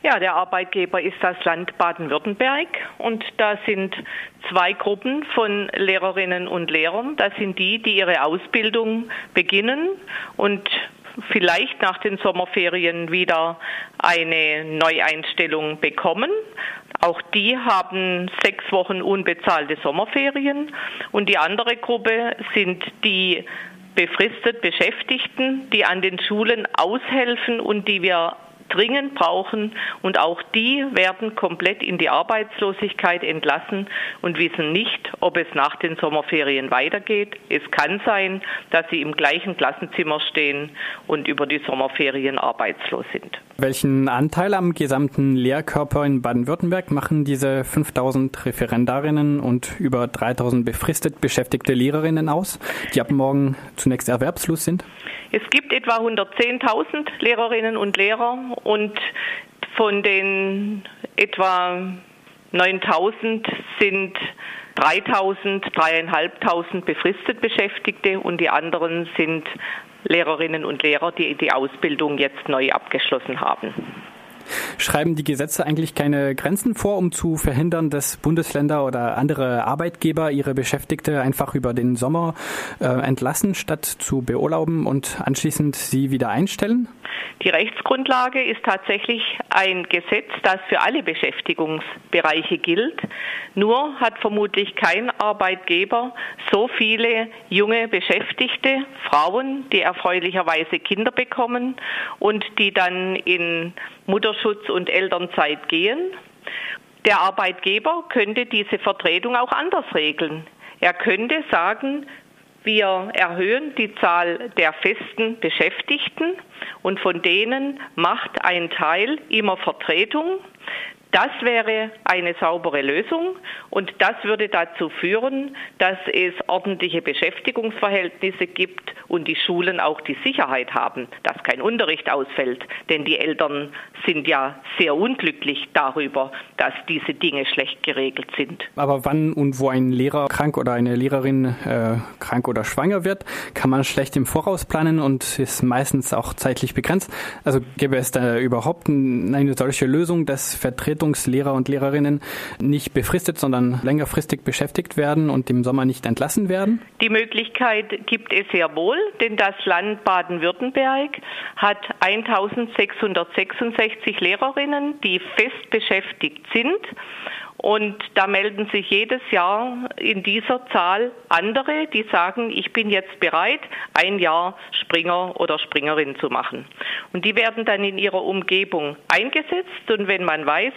Ja, der Arbeitgeber ist das Land Baden-Württemberg und da sind zwei Gruppen von Lehrerinnen und Lehrern. Das sind die ihre Ausbildung beginnen und vielleicht nach den Sommerferien wieder eine Neueinstellung bekommen. Auch die haben 6 Wochen unbezahlte Sommerferien und die andere Gruppe sind die befristet Beschäftigten, die an den Schulen aushelfen und die wir dringend brauchen, und auch die werden komplett in die Arbeitslosigkeit entlassen und wissen nicht, ob es nach den Sommerferien weitergeht. Es kann sein, dass sie im gleichen Klassenzimmer stehen und über die Sommerferien arbeitslos sind. Welchen Anteil am gesamten Lehrkörper in Baden-Württemberg machen diese 5.000 Referendarinnen und über 3.000 befristet beschäftigte Lehrerinnen aus, die ab morgen zunächst erwerbslos sind? Es gibt etwa 110.000 Lehrerinnen und Lehrer und von den etwa 9.000 sind 3.500 befristet Beschäftigte und die anderen sind Lehrerinnen und Lehrer, die die Ausbildung jetzt neu abgeschlossen haben. Schreiben die Gesetze eigentlich keine Grenzen vor, um zu verhindern, dass Bundesländer oder andere Arbeitgeber ihre Beschäftigte einfach über den Sommer entlassen, statt zu beurlauben und anschließend sie wieder einstellen? Die Rechtsgrundlage ist tatsächlich ein Gesetz, das für alle Beschäftigungsbereiche gilt. Nur hat vermutlich kein Arbeitgeber so viele junge Beschäftigte, Frauen, die erfreulicherweise Kinder bekommen und die dann in Mutterschutz und Elternzeit gehen. Der Arbeitgeber könnte diese Vertretung auch anders regeln. Er könnte sagen, wir erhöhen die Zahl der festen Beschäftigten und von denen macht ein Teil immer Vertretung. Das wäre eine saubere Lösung und das würde dazu führen, dass es ordentliche Beschäftigungsverhältnisse gibt und die Schulen auch die Sicherheit haben, dass kein Unterricht ausfällt. Denn die Eltern sind ja sehr unglücklich darüber, dass diese Dinge schlecht geregelt sind. Aber wann und wo ein Lehrer krank oder eine Lehrerin krank oder schwanger wird, kann man schlecht im Voraus planen und ist meistens auch zeitlich begrenzt. Also gäbe es da überhaupt eine solche Lösung, dass Vertretungslehrer und Lehrerinnen nicht befristet, sondern längerfristig beschäftigt werden und im Sommer nicht entlassen werden? Die Möglichkeit gibt es sehr wohl, denn das Land Baden-Württemberg hat 1.666 Lehrerinnen, die fest beschäftigt sind. Und da melden sich jedes Jahr in dieser Zahl andere, die sagen, ich bin jetzt bereit, ein Jahr Springer oder Springerin zu machen. Und die werden dann in ihrer Umgebung eingesetzt. Und wenn man weiß,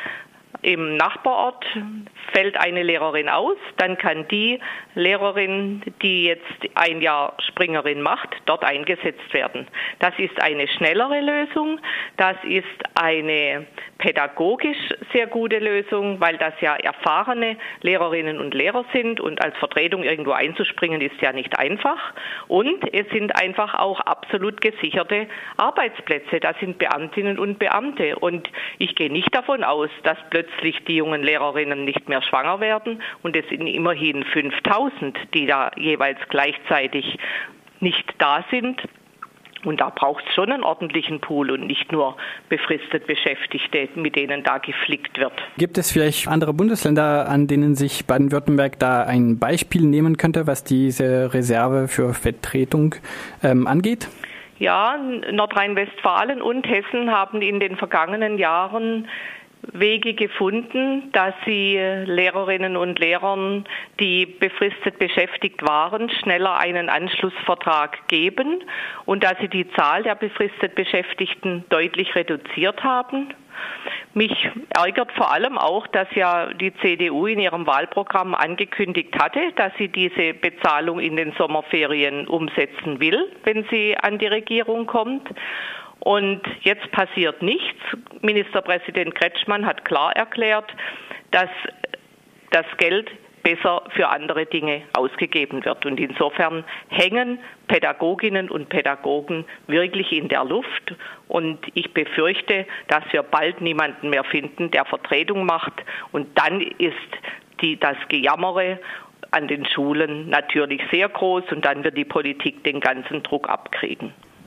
im Nachbarort fällt eine Lehrerin aus, dann kann die Lehrerin, die jetzt ein Jahr Springerin macht, dort eingesetzt werden. Das ist eine schnellere Lösung, das ist eine pädagogisch sehr gute Lösung, weil das ja erfahrene Lehrerinnen und Lehrer sind und als Vertretung irgendwo einzuspringen ist ja nicht einfach. Und es sind einfach auch absolut gesicherte Arbeitsplätze. Das sind Beamtinnen und Beamte. Und ich gehe nicht davon aus, dass plötzlich die jungen Lehrerinnen nicht mehr schwanger werden. Und es sind immerhin 5.000, die da jeweils gleichzeitig nicht da sind. Und da braucht es schon einen ordentlichen Pool und nicht nur befristet Beschäftigte, mit denen da geflickt wird. Gibt es vielleicht andere Bundesländer, an denen sich Baden-Württemberg da ein Beispiel nehmen könnte, was diese Reserve für Vertretung angeht? Ja, Nordrhein-Westfalen und Hessen haben in den vergangenen Jahren Wege gefunden, dass sie Lehrerinnen und Lehrern, die befristet beschäftigt waren, schneller einen Anschlussvertrag geben und dass sie die Zahl der befristet Beschäftigten deutlich reduziert haben. Mich ärgert vor allem auch, dass ja die CDU in ihrem Wahlprogramm angekündigt hatte, dass sie diese Bezahlung in den Sommerferien umsetzen will, wenn sie an die Regierung kommt. Und jetzt passiert nichts. Ministerpräsident Kretschmann hat klar erklärt, dass das Geld besser für andere Dinge ausgegeben wird. Und insofern hängen Pädagoginnen und Pädagogen wirklich in der Luft. Und ich befürchte, dass wir bald niemanden mehr finden, der Vertretung macht. Und dann ist das Gejammere an den Schulen natürlich sehr groß und dann wird die Politik den ganzen Druck abkriegen.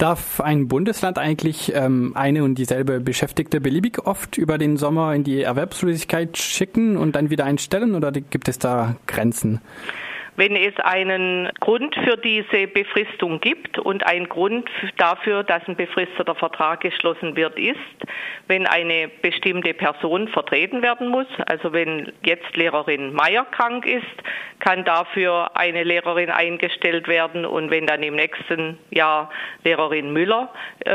Darf ein Bundesland eigentlich eine und dieselbe Beschäftigte beliebig oft über den Sommer in die Erwerbslosigkeit schicken und dann wieder einstellen oder gibt es da Grenzen? Wenn es einen Grund für diese Befristung gibt und ein Grund dafür, dass ein befristeter Vertrag geschlossen wird, ist, wenn eine bestimmte Person vertreten werden muss. Also wenn jetzt Lehrerin Meier krank ist, kann dafür eine Lehrerin eingestellt werden und wenn dann im nächsten Jahr Lehrerin Müller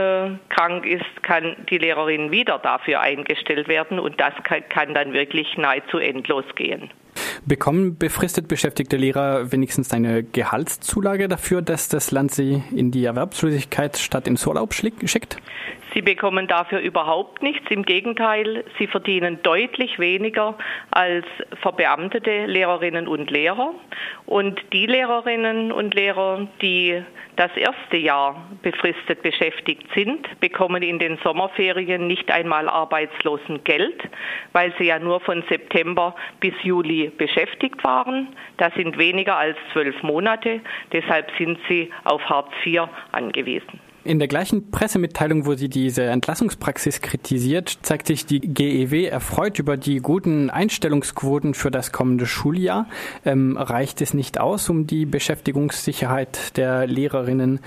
krank ist, kann die Lehrerin wieder dafür eingestellt werden und das kann dann wirklich nahezu endlos gehen. Bekommen befristet beschäftigte Lehrer wenigstens eine Gehaltszulage dafür, dass das Land sie in die Erwerbslosigkeit statt ins Urlaub schickt? Sie bekommen dafür überhaupt nichts. Im Gegenteil, sie verdienen deutlich weniger als verbeamtete Lehrerinnen und Lehrer. Und die Lehrerinnen und Lehrer, die das erste Jahr befristet beschäftigt sind, bekommen in den Sommerferien nicht einmal Arbeitslosengeld, weil sie ja nur von September bis Juli beschäftigt waren. Das sind weniger als 12 Monate. Deshalb sind sie auf Hartz IV angewiesen. In der gleichen Pressemitteilung, wo sie diese Entlassungspraxis kritisiert, zeigt sich die GEW erfreut über die guten Einstellungsquoten für das kommende Schuljahr. Reicht es nicht aus, um die Beschäftigungssicherheit der Lehrerinnen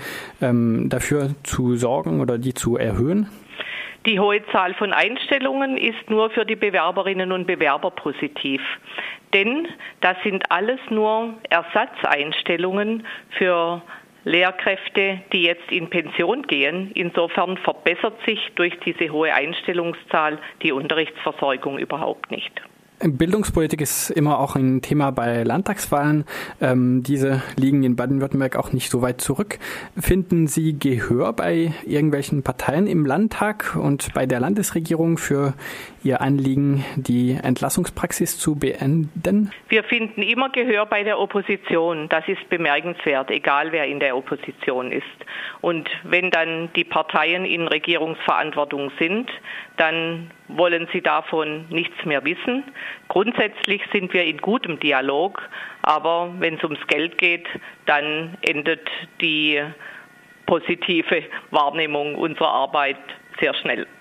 dafür zu sorgen oder die zu erhöhen? Die hohe Zahl von Einstellungen ist nur für die Bewerberinnen und Bewerber positiv. Denn das sind alles nur Ersatzeinstellungen für Lehrkräfte, die jetzt in Pension gehen. Insofern verbessert sich durch diese hohe Einstellungszahl die Unterrichtsversorgung überhaupt nicht. Bildungspolitik ist immer auch ein Thema bei Landtagswahlen. Diese liegen in Baden-Württemberg auch nicht so weit zurück. Finden Sie Gehör bei irgendwelchen Parteien im Landtag und bei der Landesregierung für Ihr Anliegen, die Entlassungspraxis zu beenden? Wir finden immer Gehör bei der Opposition. Das ist bemerkenswert, egal wer in der Opposition ist. Und wenn dann die Parteien in Regierungsverantwortung sind, dann wollen sie davon nichts mehr wissen. Grundsätzlich sind wir in gutem Dialog, aber wenn es ums Geld geht, dann endet die positive Wahrnehmung unserer Arbeit sehr schnell.